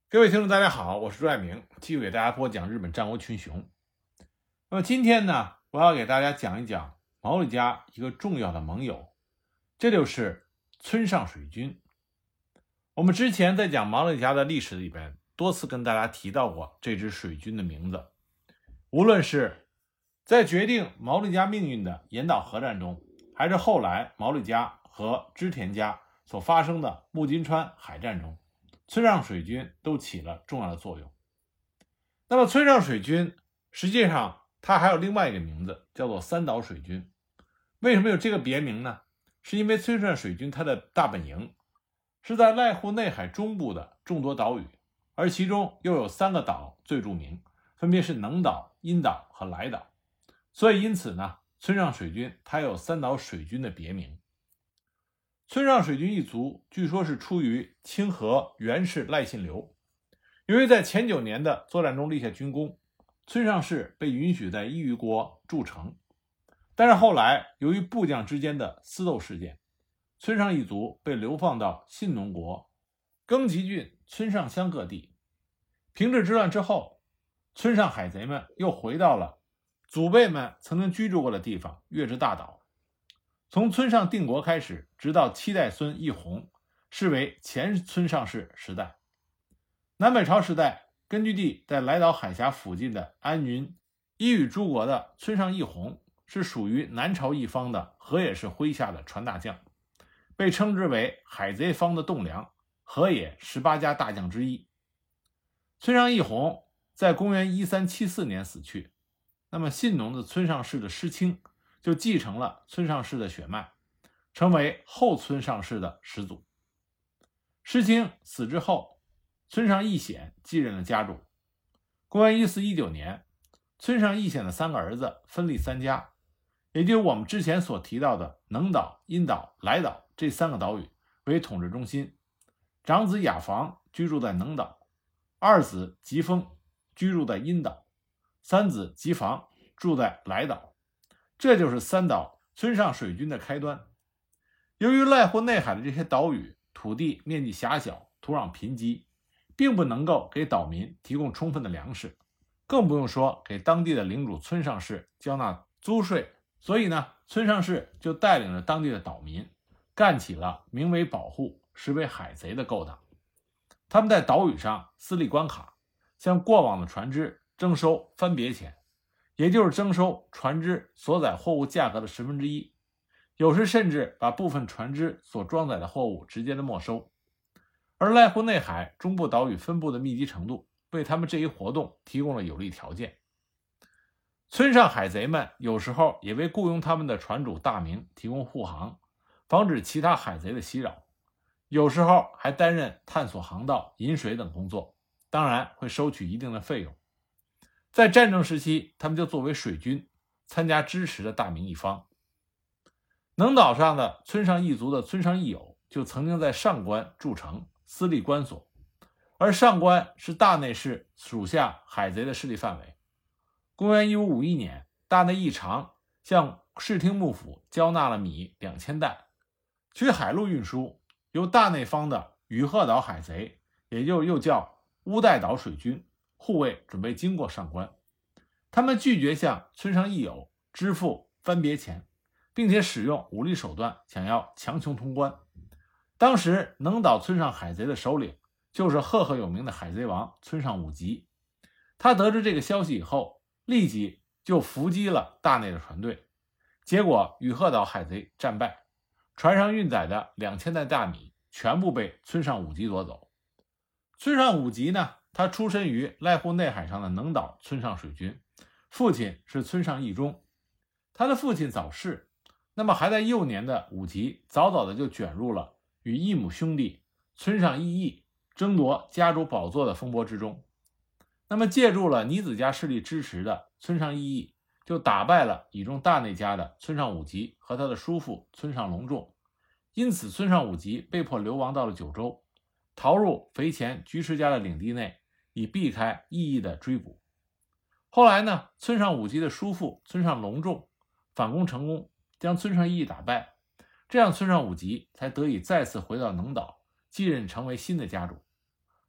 各位听众，大家好，我是朱爱明，继续给大家播讲日本战国群雄。那么今天呢，我要给大家讲一讲毛利家一个重要的盟友，这就是村上水军。我们之前在讲毛利家的历史里边，多次跟大家提到过这支水军的名字。无论是在决定毛利家命运的岩岛核战中，还是后来毛利家和织田家所发生的木津川海战中，村上水军都起了重要的作用。那么村上水军实际上他还有另外一个名字，叫做三岛水军。为什么有这个别名呢？是因为村上水军他的大本营是在濑户内海中部的众多岛屿，而其中又有3个岛最著名，分别是能岛、阴岛和来岛。所以因此呢，村上水军他有三岛水军的别名。村上水军一族据说是出于清河源氏赖信流，由于在前9年的作战中立下军功，村上氏被允许在伊予国筑城。但是后来由于部将之间的私斗事件，村上一族被流放到信浓国、庚崎郡、村上乡各地。平治之乱之后，村上海贼们又回到了祖辈们曾经居住过的地方月之大岛。从村上定国开始，直到7代孙义弘，视为前村上氏时代。南北朝时代，根据地在来岛海峡附近的安云伊予诸国的村上义弘是属于南朝一方的河野氏麾下的传大将，被称之为海贼方的栋梁，河野18家大将之一。村上义弘在公元1374年死去，那么信浓的村上氏的师卿就继承了村上氏的血脉，成为后村上氏的始祖。师卿死之后，村上义显继任了家主。公元1419年，村上义显的3个儿子分立3家，也就是我们之前所提到的能岛、阴岛、来岛这3个岛屿为统治中心。长子雅房居住在能岛，二子吉丰居住在阴岛，三子吉房住在来岛。这就是三岛村上水军的开端。由于濑户内海的这些岛屿土地面积狭小，土壤贫瘠，并不能够给岛民提供充分的粮食，更不用说给当地的领主村上氏交纳租税。所以呢，村上氏就带领着当地的岛民干起了名为保护实为海贼的勾当。他们在岛屿上私立关卡，向过往的船只征收番别钱，也就是征收船只所载货物价格的1/10，有时甚至把部分船只所装载的货物直接的没收。而濑户内海中部岛屿分布的密集程度，为他们这一活动提供了有利条件。村上海贼们有时候也为雇佣他们的船主大名提供护航，防止其他海贼的袭扰，有时候还担任探索航道、引水等工作，当然会收取一定的费用。在战争时期，他们就作为水军参加支持的大名一方。能岛上的村上一族的村上义友就曾经在上关筑城，私立关所，而上关是大内氏属下海贼的势力范围。公元1551年，大内义长向室町幕府交纳了米2000担，取海路运输，由大内方的羽鹤岛海贼，也就又叫乌代岛水军护卫，准备经过上关。他们拒绝向村上义友支付番别钱，并且使用武力手段想要强行通关。当时能岛村上海贼的首领就是赫赫有名的海贼王村上武吉。他得知这个消息以后，立即就伏击了大内的船队，结果羽鹤岛海贼战败，船上运载的2000担大米全部被村上武吉夺走。村上武吉呢，他出身于濑户内海上的能岛村上水军，父亲是村上义忠。他的父亲早逝，那么还在幼年的武吉早早的就卷入了与义母兄弟村上义义争夺家主宝座的风波之中。那么借助了尼子家势力支持的村上义义就打败了倚重大内家的村上武吉和他的叔父村上隆重，因此村上武吉被迫流亡到了九州，逃入肥前居士家的领地内，以避开义义的追捕。后来呢，村上武吉的叔父村上隆重反攻成功，将村上义义打败，这样村上武吉才得以再次回到能岛，继任成为新的家主。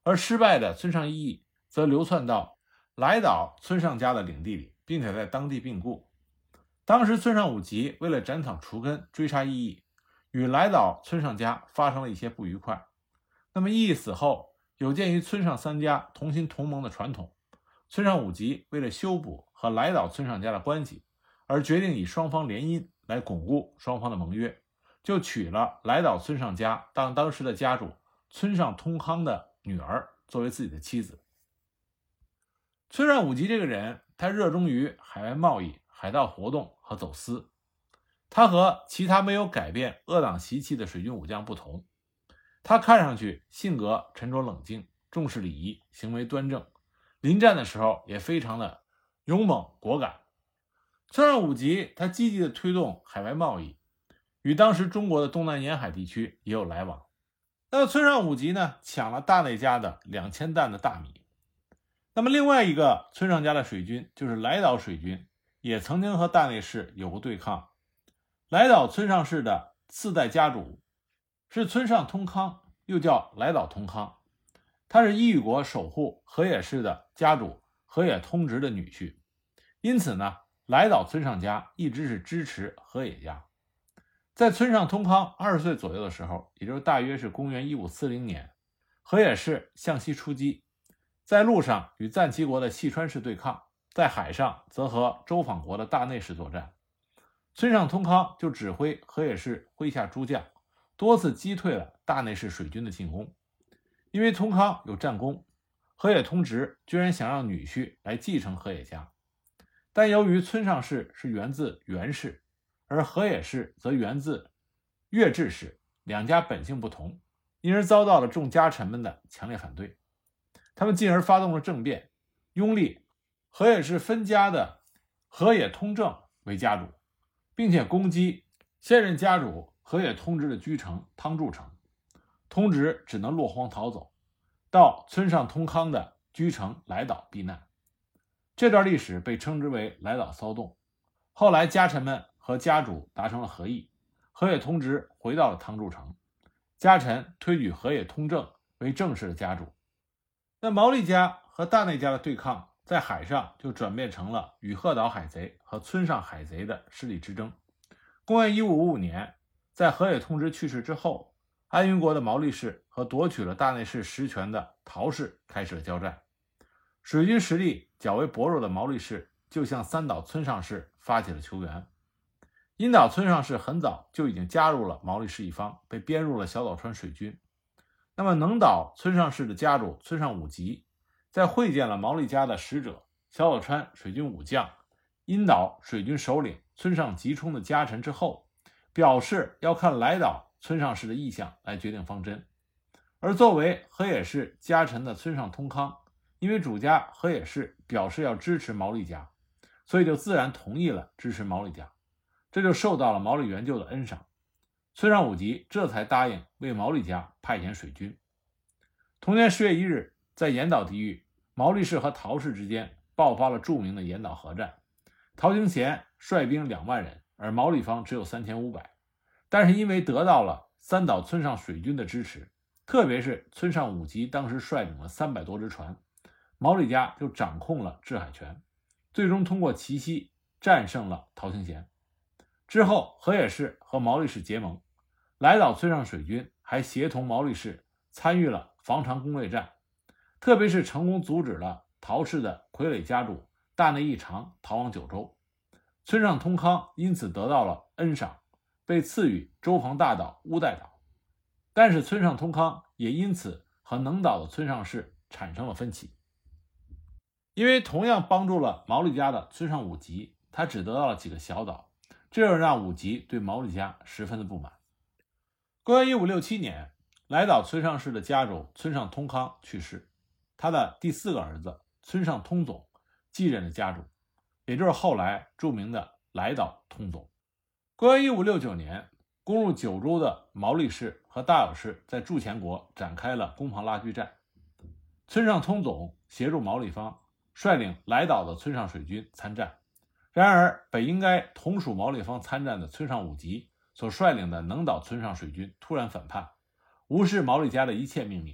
而失败的村上义义则流窜到来岛村上家的领地里，并且在当地病故。当时村上武吉为了斩草除根，追杀义义，与来岛村上家发生了一些不愉快。那么义义死后，有鉴于村上三家同心同盟的传统，村上武吉为了修补和来岛村上家的关系，而决定以双方联姻来巩固双方的盟约，就娶了来岛村上家当时的家主村上通康的女儿作为自己的妻子。村上武吉这个人，他热衷于海外贸易、海盗活动和走私。他和其他没有改变恶党习气的水军武将不同，他看上去性格沉着冷静，重视礼仪，行为端正，临战的时候也非常的勇猛果敢。村上武吉他积极的推动海外贸易，与当时中国的东南沿海地区也有来往。那么村上武吉呢，抢了大内家的2000担的大米。那么另外一个村上家的水军，就是来岛水军，也曾经和大内氏有过对抗。来岛村上氏的4代家主是村上通康，又叫来岛通康，他是伊予国守护河野氏的家主河野通直的女婿，因此呢，来岛村上家一直是支持河野家。在村上通康20岁左右的时候，也就是大约是公元1540年，河野氏向西出击，在路上与赞岐国的细川氏对抗，在海上则和周访国的大内氏作战。村上通康就指挥河野氏麾下诸将多次击退了大内氏水军的进攻。因为通康有战功，河野通直居然想让女婿来继承河野家，但由于村上氏是源自源氏，而河野氏则源自越治氏，两家本性不同，因而遭到了众家臣们的强烈反对。他们进而发动了政变，拥立河野氏分家的河野通政为家主，并且攻击现任家主河野通直的居城汤筑城，通直只能落荒逃走，到村上通康的居城来岛避难。这段历史被称之为来岛骚动。后来家臣们和家主达成了和议，河野通直回到了汤筑城，家臣推举河野通政为正式的家主。那毛利家和大内家的对抗在海上就转变成了与鹤岛海贼和村上海贼的势力之争。公元1555年，在河野通直去世之后，安云国的毛利氏和夺取了大内氏实权的陶氏开始了交战。水军实力较为薄弱的毛利氏就向三岛村上氏发起了求援。阴岛村上氏很早就已经加入了毛利氏一方，被编入了小岛川水军。那么能岛村上氏的家主村上武吉在会见了毛利家的使者小岛川水军武将、阴岛水军首领村上吉冲的家臣之后，表示要看来岛村上氏的意向来决定方针。而作为河野氏家臣的村上通康，因为主家河野氏表示要支持毛利家，所以就自然同意了支持毛利家，这就受到了毛利元就的恩赏。村上武吉这才答应为毛利家派遣水军。同年10月1日，在岩岛地域，毛利氏和陶氏之间爆发了著名的岩岛合战。陶行贤率兵2万人，而毛利方只有3500。但是因为得到了三岛村上水军的支持，特别是村上武吉当时率领了300多只船，毛利家就掌控了制海权，最终通过奇袭战胜了陶行贤。之后河野氏和毛利氏结盟，来岛村上水军还协同毛利氏参与了防长攻略战，特别是成功阻止了陶氏的傀儡家主大内义长逃往九州。村上通康因此得到了恩赏，被赐予周防大岛乌代岛。但是村上通康也因此和能岛的村上氏产生了分歧。因为同样帮助了毛利家的村上武吉，他只得到了几个小岛，这就让武吉对毛利家十分的不满。公元1567年，来岛村上氏的家主村上通康去世，他的第4个儿子村上通总继任了家主，也就是后来著名的来岛通总。公元1569年，攻入九州的毛利氏和大友氏在筑前国展开了攻防拉锯战。村上通总协助毛利方，率领来岛的村上水军参战。然而本应该同属毛利方参战的村上武吉所率领的能岛村上水军突然反叛，无视毛利家的一切命令，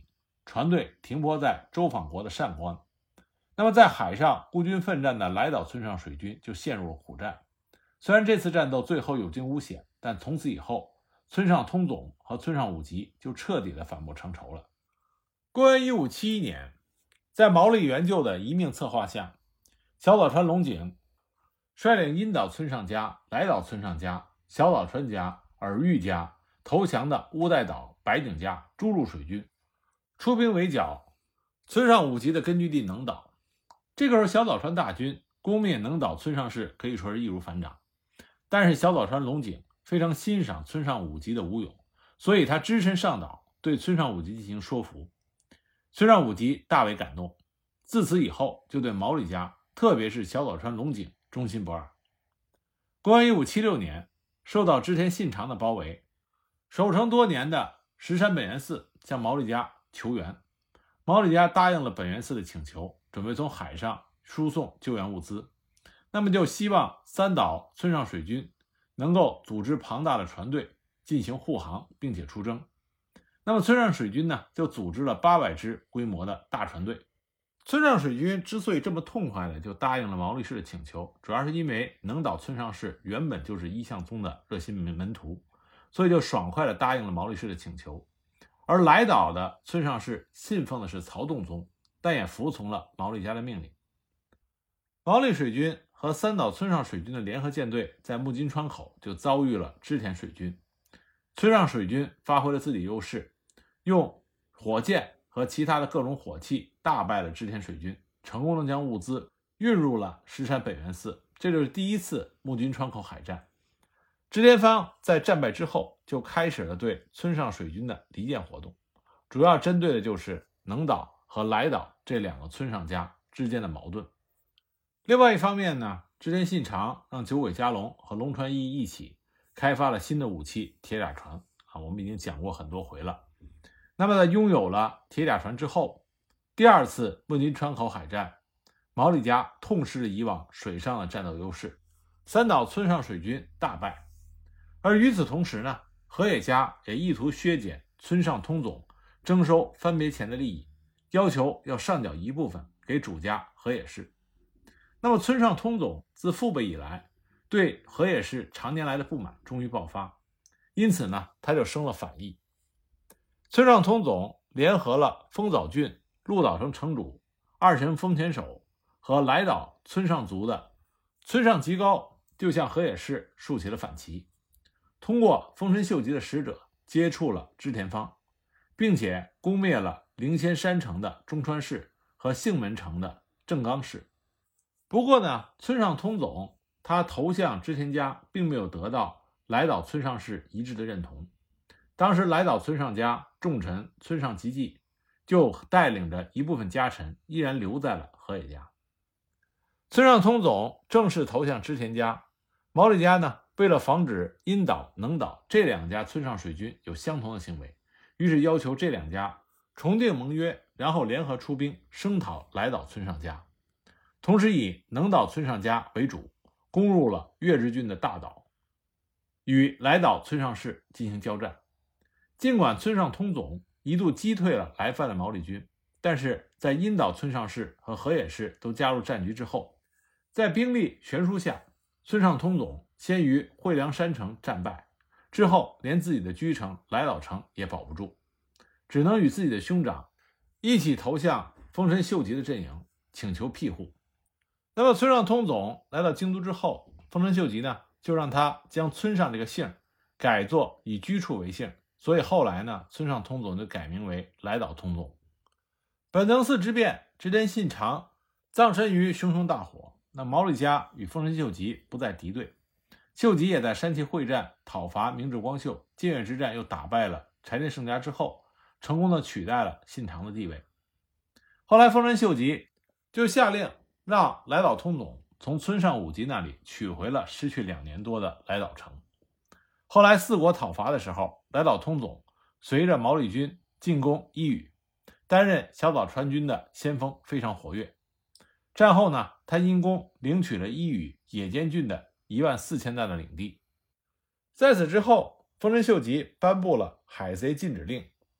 船队停泊在周访国的善关。那么在海上孤军奋战的来岛村上水军就陷入了苦战。虽然这次战斗最后有惊无险，但从此以后，村上通总和村上武吉就彻底的反目成仇了。公元1571年，在毛利元就的一命策划下，小岛川龙井率领阴岛村上家、来岛村上家、小岛川家、尔玉家投降的乌代岛、白井家诸路水军，出兵围剿村上武吉的根据地能岛。这个时候，小岛川大军攻灭能岛村上氏可以说是易如反掌，但是小岛川龙井非常欣赏村上武吉的武勇，所以他只身上岛对村上武吉进行说服。村上武吉大为感动，自此以后就对毛利家，特别是小岛川龙井忠心不二。公元1576年，受到织田信长的包围，守城多年的石山本愿寺向毛利家求援。毛利家答应了本愿寺的请求，准备从海上输送救援物资，那么就希望三岛村上水军能够组织庞大的船队进行护航，并且出征。那么村上水军呢，就组织了800支规模的大船队。村上水军之所以这么痛快的就答应了毛利氏的请求，主要是因为能岛村上氏原本就是一向宗的热心门徒，所以就爽快的答应了毛利氏的请求。而来岛的村上氏信奉的是曹洞宗，但也服从了毛利家的命令。毛利水军和三岛村上水军的联合舰队在木津川口就遭遇了织田水军。村上水军发挥了自己优势，用火箭和其他的各种火器大败了织田水军，成功的将物资运入了石山本愿寺。这就是第一次木津川口海战。织田方在战败之后就开始了对村上水军的离间活动，主要针对的就是能岛和来岛这两个村上家之间的矛盾。另外一方面呢，织田信长让酒鬼嘉隆和龙川一一起开发了新的武器铁甲船我们已经讲过很多回了。那么在拥有了铁甲船之后，第二次木津川口海战，毛利家痛失了以往水上的战斗优势，三岛村上水军大败。而与此同时呢，河野家也意图削减村上通总征收番别钱的利益，要求要上缴一部分给主家河野氏。那么村上通总自父辈以来对河野氏常年来的不满终于爆发，因此呢，他就生了反意。村上通总联合了丰早郡鹿岛城城主二城丰田守和来岛村上族的村上吉高，就向河野氏竖起了反旗，通过丰臣秀吉的使者接触了织田方，并且攻灭了灵仙山城的中川氏和幸门城的正冈氏。不过呢，村上通总他投向织田家并没有得到来岛村上氏一致的认同。当时来岛村上家重臣村上吉继就带领着一部分家臣依然留在了河野家。村上通总正式投向织田家，毛利家呢，为了防止阴岛、能岛这两家村上水军有相同的行为，于是要求这两家重订盟约，然后联合出兵声讨来岛村上家，同时以能岛村上家为主，攻入了月之郡的大岛，与来岛村上氏进行交战。尽管村上通总一度击退了来犯的毛利军，但是在阴岛村上氏和河野氏都加入战局之后，在兵力悬殊下，村上通总先于惠良山城战败，之后连自己的居城来岛城也保不住，只能与自己的兄长一起投向丰臣秀吉的阵营，请求庇护。那么村上通总来到京都之后，丰臣秀吉呢，就让他将村上这个姓改作以居处为姓，所以后来呢，村上通总就改名为来岛通总。本能寺之变，织田信长葬身于熊熊大火，那毛利家与丰臣秀吉不再敌对，秀吉也在山崎会战讨伐明智光秀，建越之战又打败了柴田胜家之后，成功的取代了信长的地位。后来丰臣秀吉就下令让来岛通总从村上武吉那里取回了失去2年多的来岛城。后来四国讨伐的时候，来岛通总随着毛利军进攻伊予，担任小岛川军的先锋，非常活跃。战后呢，他因功领取了伊予野间郡的14000担的领地。在此之后，丰臣秀吉颁布了海贼禁止令，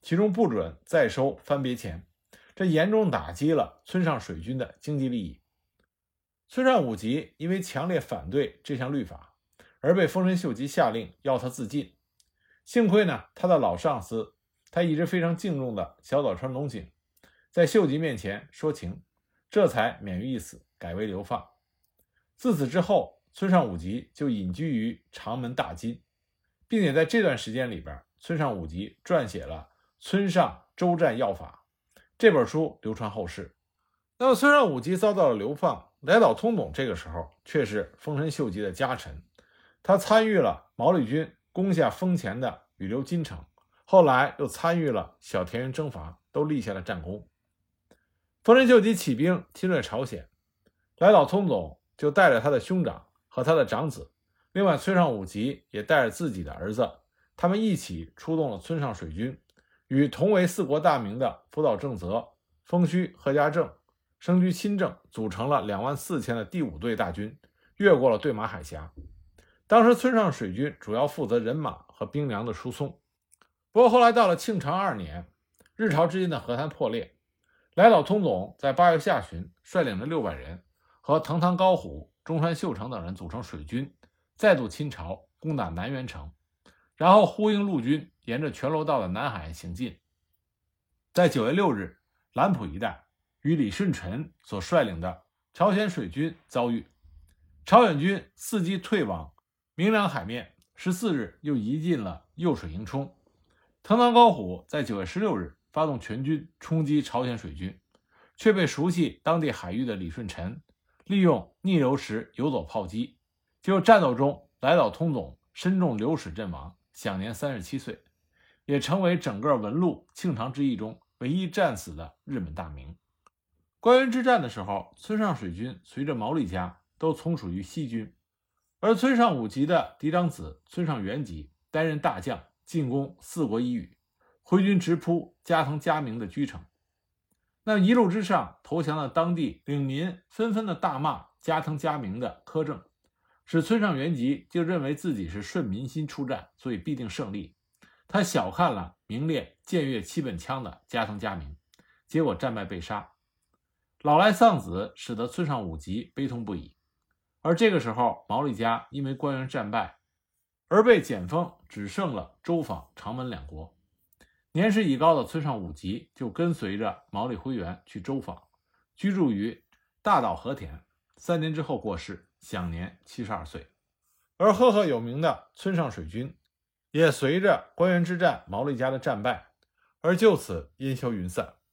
其中不准再收番别钱，这严重打击了村上水军的经济利益。村上武吉因为强烈反对这项律法，而被丰臣秀吉下令要他自尽。幸亏呢，他的老上司，他一直非常敬重的小早川隆景，在秀吉面前说情，这才免于一死，改为流放。自此之后，村上武吉就隐居于长门大津，并且在这段时间里边，村上武吉撰写了《村上州战要法》这本书，流传后世。那么村上武吉遭到了流放，来岛通董这个时候却是丰臣秀吉的家臣，他参与了毛利军攻下丰前的羽流金城，后来又参与了小田园征伐，都立下了战功。丰臣秀吉起兵侵略朝鲜，来岛通董就带着他的兄长和他的长子，另外村上武吉也带着自己的儿子，他们一起出动了村上水军，与同为四国大名的福岛正则、丰须贺家正、生居亲政组成了24000的第5队大军，越过了对马海峡。当时村上水军主要负责人马和兵粮的输送。不过后来到了庆长2年，日朝之间的和谈破裂，来岛通董在8月下旬率领着600人和藤堂高虎、中川秀成等人组成水军，再度侵朝，攻打南原城，然后呼应陆军沿着全罗道的南海岸行进。在9月6日，兰浦一带与李舜臣所率领的朝鲜水军遭遇，朝鲜军伺机退往明良海面，14日又移进了右水营冲。藤堂高虎在9月16日发动全军冲击朝鲜水军，却被熟悉当地海域的李舜臣利用逆流石游走炮击，结果战斗中来岛通董身中流矢阵亡，享年37岁，也成为整个文禄庆长之役中唯一战死的日本大名。关原之战的时候，村上水军随着毛利家都从属于西军，而村上武吉的嫡长子村上元吉担任大将，进攻四国伊予，挥军直扑加藤嘉明的居城。那一路之上，投降了当地领民纷纷的大骂加藤嘉明的苛政，使村上元吉就认为自己是顺民心出战，所以必定胜利。他小看了名列僭越七本枪的加藤嘉明，结果战败被杀。老来丧子，使得村上武吉悲痛不已。而这个时候，毛利家因为关原战败而被减封，只剩了州访长门两国。年事已高的村上武吉就跟随着毛利辉元去州访，居住于大岛和田，3年之后过世，享年72岁。而赫赫有名的村上水军也随着关原之战毛利家的战败而就此烟消云散。